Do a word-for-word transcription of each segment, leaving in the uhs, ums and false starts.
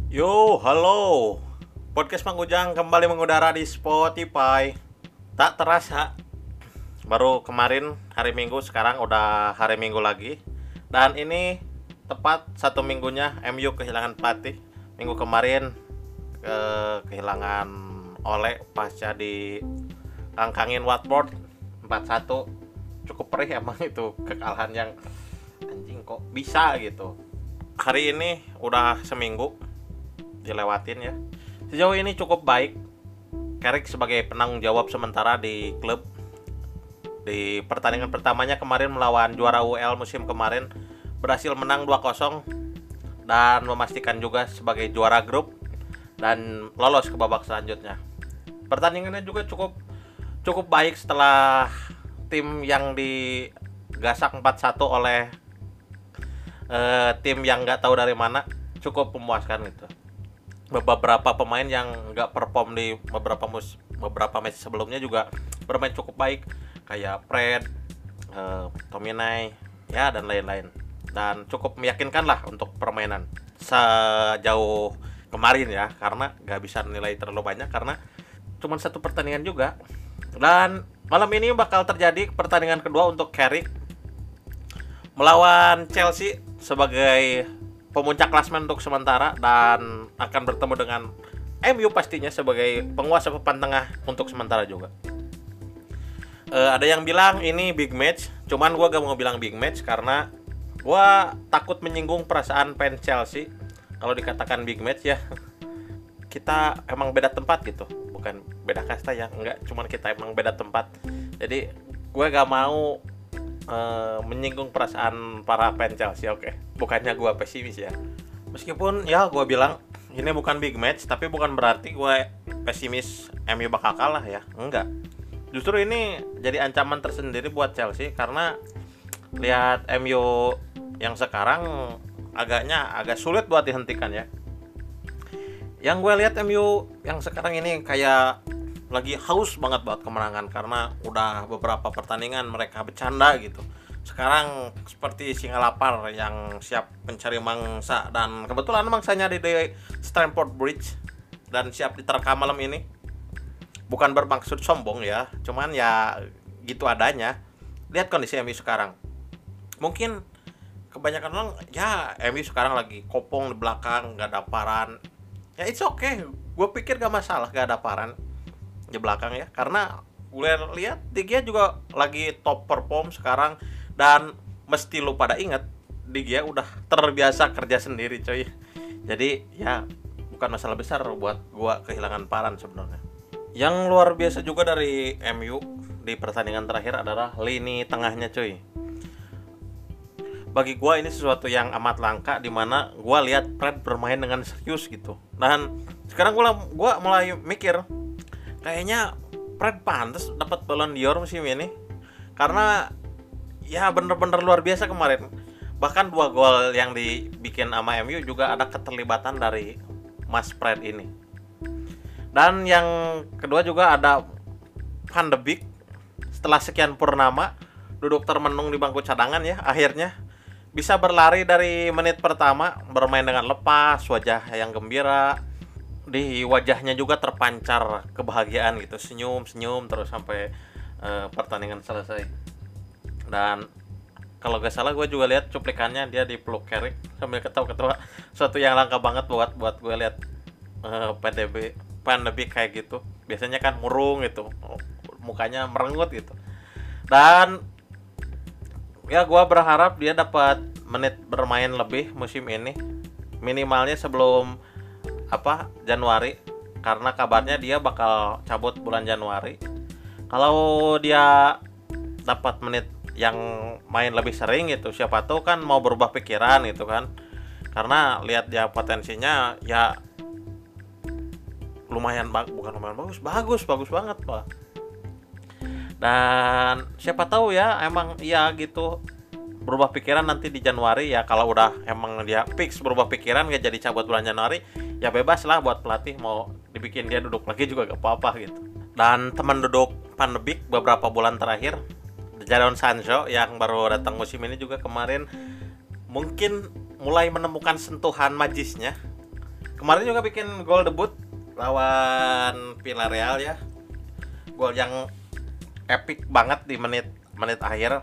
Yo, halo. Podcast Mang Ujang kembali mengudara di Spotify. Tak terasa, baru kemarin hari Minggu, sekarang udah hari Minggu lagi. Dan ini tepat satu minggunya M U kehilangan pelatih. Minggu kemarin ke kehilangan Ole pasca di kangkangin Watford empat satu. Cukup perih emang itu kekalahan yang anjing kok bisa gitu. Hari ini udah seminggu dilewatin ya. Sejauh ini cukup baik. Carrick sebagai penanggung jawab sementara di klub. Di pertandingan pertamanya kemarin melawan juara U E L musim kemarin berhasil menang dua kosong dan memastikan juga sebagai juara grup dan lolos ke babak selanjutnya. Pertandingannya juga cukup cukup baik setelah tim yang digasak empat satu oleh eh, tim yang nggak tahu dari mana cukup memuaskan gitu. Beberapa pemain yang nggak perform di beberapa mus beberapa match sebelumnya juga bermain cukup baik kayak Fred, uh, Tominay ya dan lain-lain, dan cukup meyakinkan lah untuk permainan sejauh kemarin ya, karena nggak bisa nilai terlalu banyak karena cuma satu pertandingan juga. Dan malam ini bakal terjadi pertandingan kedua untuk Carrick melawan Chelsea sebagai pemuncak klasmen untuk sementara dan akan bertemu dengan M U pastinya sebagai penguasa papan tengah untuk sementara juga. E, ada yang bilang ini big match, cuman gue gak mau bilang big match karena gue takut menyinggung perasaan fans Chelsea. Kalau dikatakan big match ya kita emang beda tempat gitu, bukan beda kasta ya, enggak, cuman kita emang beda tempat. Jadi gue gak mau Uh, menyinggung perasaan para fans Chelsea, oke. Okay. Bukannya gue pesimis ya. Meskipun ya gue bilang ini bukan big match, tapi bukan berarti gue pesimis M U bakal kalah ya. Enggak. Justru ini jadi ancaman tersendiri buat Chelsea karena lihat M U yang sekarang agaknya agak sulit buat dihentikan ya. Yang gue lihat M U yang sekarang ini kayak lagi haus banget buat kemenangan karena udah beberapa pertandingan mereka bercanda gitu. Sekarang seperti singa lapar yang siap mencari mangsa, dan kebetulan mangsanya di, di Stamford Bridge dan siap diterkam malam ini. Bukan bermaksud sombong ya, cuman ya gitu adanya. Lihat kondisi M U sekarang. Mungkin kebanyakan orang ya M U sekarang lagi kopong di belakang, gak ada paran. Ya it's okay, gue pikir gak masalah gak ada paran di belakang ya, karena gue lihat De Gea juga lagi top perform sekarang, dan mesti lu pada ingat De Gea udah terbiasa kerja sendiri coy. Jadi ya bukan masalah besar buat gua kehilangan Paran sebenarnya. Yang luar biasa juga dari M U di pertandingan terakhir adalah lini tengahnya coy. Bagi gua ini sesuatu yang amat langka, dimana gua lihat Fred bermain dengan serius gitu. Dan sekarang gua gua mulai mikir kayaknya Fred pantas dapat Ballon d'Or musim ini karena ya bener-bener luar biasa kemarin. Bahkan dua gol yang dibikin sama M U juga ada keterlibatan dari Mas Fred ini. Dan yang kedua juga ada Van de Beek, setelah sekian purnama duduk termenung di bangku cadangan ya, akhirnya bisa berlari dari menit pertama, bermain dengan lepas, wajah yang gembira. Di wajahnya juga terpancar kebahagiaan gitu, senyum-senyum terus sampai uh, pertandingan selesai. Dan kalau gak salah gue juga lihat cuplikannya dia dipeluk Carrick sambil ketawa-ketawa, suatu yang langka banget buat buat gue lihat uh, P D B Van de Beek kayak gitu. Biasanya kan murung gitu, mukanya merengut gitu. Dan ya gue berharap dia dapat menit bermain lebih musim ini, minimalnya sebelum apa Januari, karena kabarnya dia bakal cabut bulan Januari. Kalau dia dapat menit yang main lebih sering gitu, siapa tahu kan mau berubah pikiran gitu kan, karena lihat dia potensinya ya lumayan bagus, bukan lumayan bagus, bagus bagus banget pak. Dan siapa tahu ya emang iya gitu berubah pikiran nanti di Januari ya. Kalau udah emang dia fix berubah pikiran gak jadi cabut bulan Januari, ya bebas lah buat pelatih mau dibikin dia duduk lagi juga gak apa-apa gitu. Dan teman duduk Van de Beek beberapa bulan terakhir, Jadon Sancho yang baru datang musim ini juga kemarin mungkin mulai menemukan sentuhan magisnya kemarin juga bikin gol debut lawan Villarreal ya. Gol yang epic banget di menit menit akhir.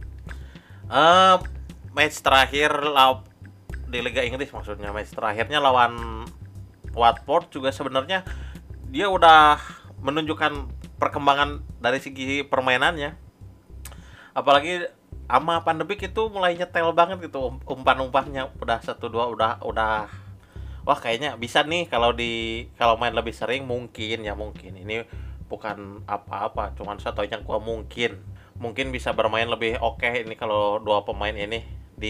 Uh, match terakhir law di Liga Inggris, maksudnya match terakhirnya lawan Watford juga sebenarnya dia udah menunjukkan perkembangan dari segi permainannya. Apalagi sama Van de Beek itu mulai nyetel banget gitu, umpan-umpannya udah satu dua udah udah wah kayaknya bisa nih kalau di kalau main lebih sering, mungkin ya mungkin ini bukan apa-apa, cuman satunya gua mungkin mungkin bisa bermain lebih oke okay ini kalau dua pemain ini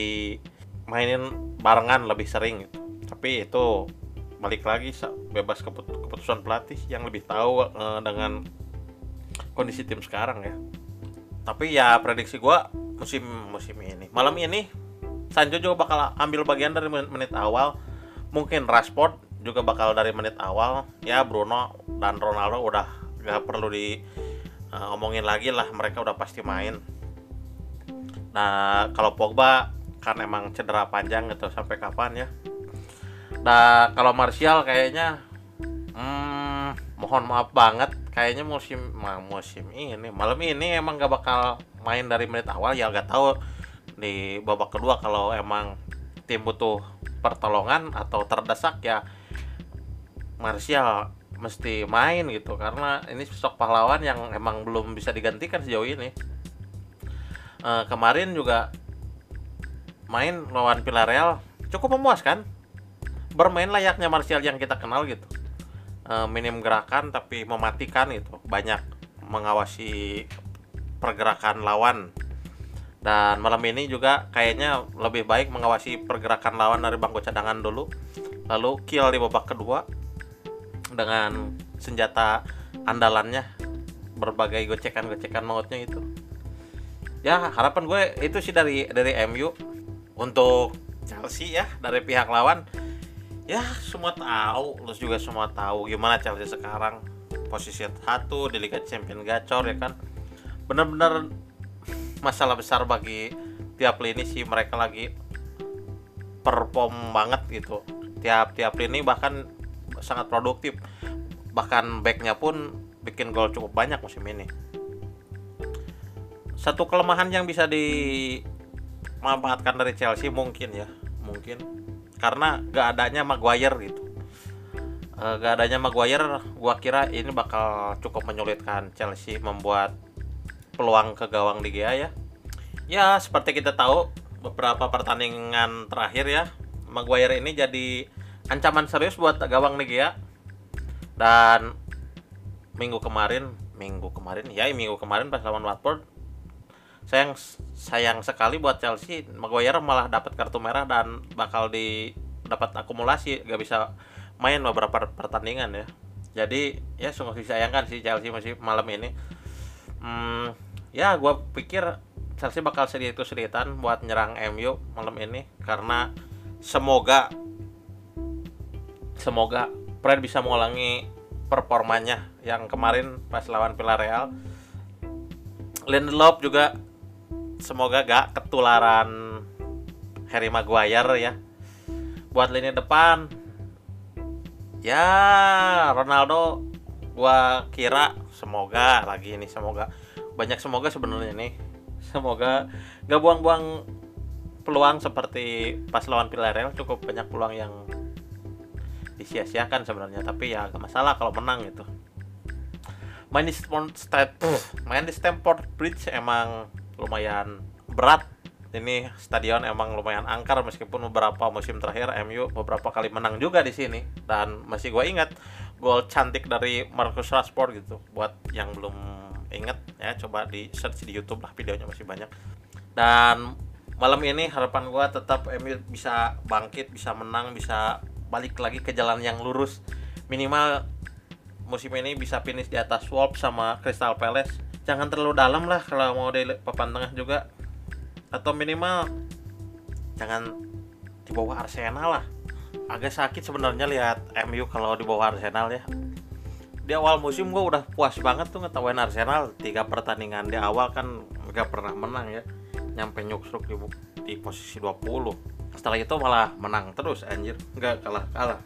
dimainin barengan lebih sering gitu. Tapi itu balik lagi bebas keputusan pelatih yang lebih tahu eh, dengan kondisi tim sekarang ya. Tapi ya prediksi gua musim musim ini malam ini Sancho juga bakal ambil bagian dari menit awal, mungkin Rashford juga bakal dari menit awal ya. Bruno dan Ronaldo udah gak perlu di uh, omongin lagi lah, mereka udah pasti main. Nah kalau Pogba kan emang cedera panjang gitu sampai kapan ya. Nah kalau Martial kayaknya hmm, mohon maaf banget kayaknya musim musim ini malam ini emang gak bakal main dari menit awal ya. Gak tahu di babak kedua kalau emang tim butuh pertolongan atau terdesak ya Martial mesti main gitu, karena ini sosok pahlawan yang emang belum bisa digantikan sejauh ini. E, kemarin juga main lawan Villarreal cukup memuaskan, bermain layaknya Martial yang kita kenal gitu. E, minim gerakan tapi mematikan gitu, banyak mengawasi pergerakan lawan. Dan malam ini juga kayaknya lebih baik mengawasi pergerakan lawan dari bangku cadangan dulu, lalu kill di babak kedua dengan senjata andalannya, berbagai gocekan-gocekan mautnya itu. Ya harapan gue itu sih dari dari M U. Untuk Chelsea ya dari pihak lawan ya semua tahu, lu juga semua tahu gimana Chelsea sekarang, posisi satu di Liga Champions gacor ya kan. Benar-benar masalah besar bagi tiap lini sih, mereka lagi perform banget gitu. Tiap-tiap lini bahkan sangat produktif. Bahkan backnya pun bikin gol cukup banyak musim ini. Satu kelemahan yang bisa dimanfaatkan dari Chelsea mungkin ya, mungkin karena gak adanya Maguire gitu. E, gak adanya Maguire, gua kira ini bakal cukup menyulitkan Chelsea membuat peluang ke gawang De Gea ya. Ya seperti kita tahu beberapa pertandingan terakhir ya, Maguire ini jadi ancaman serius buat gawang De Gea. Dan minggu kemarin, minggu kemarin ya, minggu kemarin pas lawan Watford, sayang sayang sekali buat Chelsea, Maguire malah dapat kartu merah dan bakal di dapat akumulasi, gak bisa main beberapa pertandingan ya. Jadi ya sungguh disayangkan sih Chelsea masih malam ini. Hmm, ya gue pikir Chelsea bakal sedikit kesulitan buat nyerang M U malam ini, karena semoga semoga Fred bisa mengulangi performanya yang kemarin pas lawan Villarreal. Lindelof juga semoga gak ketularan Harry Maguire ya. Buat lini depan ya Ronaldo gua kira semoga lagi ini semoga banyak semoga sebenarnya nih. Semoga gak buang-buang peluang seperti pas lawan Villarreal, cukup banyak peluang yang disia-siakan sebenarnya, tapi ya gak masalah kalau menang gitu. Main di Stamford, main di Stamford Bridge emang lumayan berat. Ini stadion emang lumayan angker, meskipun beberapa musim terakhir M U beberapa kali menang juga di sini. Dan masih gue ingat gol cantik dari Marcus Rashford gitu. Buat yang belum ingat ya coba di search di YouTube lah, videonya masih banyak. Dan malam ini harapan gue tetap M U bisa bangkit, bisa menang, bisa balik lagi ke jalan yang lurus. Minimal musim ini bisa finish di atas Wolves sama Crystal Palace. Jangan terlalu dalam lah kalau mau di papan tengah juga. Atau minimal jangan di bawah Arsenal lah. Agak sakit sebenarnya lihat M U kalau di bawah Arsenal ya. Di awal musim gue udah puas banget tuh ngetawain Arsenal. Tiga pertandingan di awal kan gak pernah menang ya, nyampe nyuksruk di, di posisi dua puluh. Setelah itu malah menang terus anjir, gak kalah-kalah.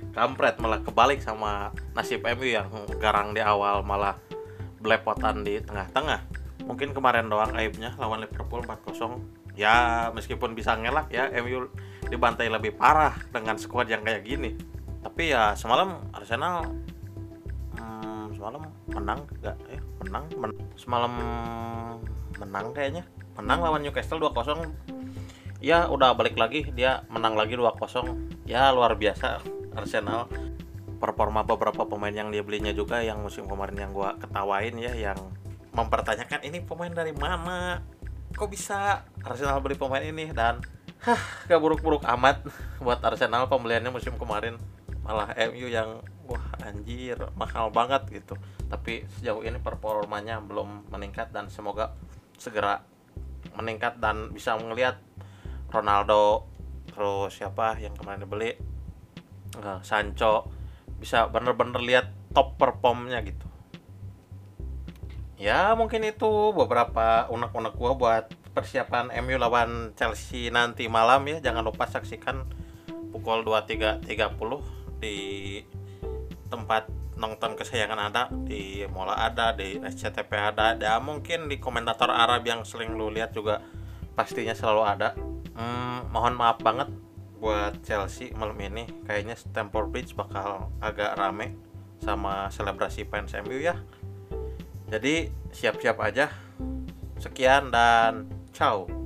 kampret, malah kebalik sama nasib M U yang garang di awal malah belepotan di tengah-tengah. Mungkin kemarin doang aibnya lawan Liverpool empat kosong. Ya meskipun bisa ngelak ya, M U dibantai lebih parah dengan skuad yang kayak gini. Tapi ya semalam Arsenal hmm, semalam menang enggak ya? Menang, men semalam menang kayaknya. Menang lawan Newcastle dua kosong. Ya udah balik lagi, dia menang lagi dua kosong. Ya luar biasa Arsenal. Performa beberapa pemain yang dia belinya juga yang musim kemarin yang gua ketawain ya, yang mempertanyakan ini pemain dari mana, kok bisa Arsenal beli pemain ini, dan hah gak buruk-buruk amat buat Arsenal pembeliannya musim kemarin. Malah M U yang wah anjir mahal banget gitu. Tapi sejauh ini performanya belum meningkat dan semoga segera meningkat dan bisa melihat Ronaldo, terus siapa yang kemarin dibeli, uh, Sancho, bisa bener-bener lihat top performnya gitu. Ya mungkin itu beberapa unek-unek gua buat persiapan M U lawan Chelsea nanti malam ya. Jangan lupa saksikan pukul dua puluh tiga tiga puluh di tempat nonton kesayangan ada, di Mola ada, di S C T P ada, dan mungkin di komentator Arab yang sering lu lihat juga pastinya selalu ada. Hmm, mohon maaf banget buat Chelsea malam ini, kayaknya Stamford Bridge bakal agak rame sama selebrasi fans M U ya. Jadi siap-siap aja. Sekian dan ciao.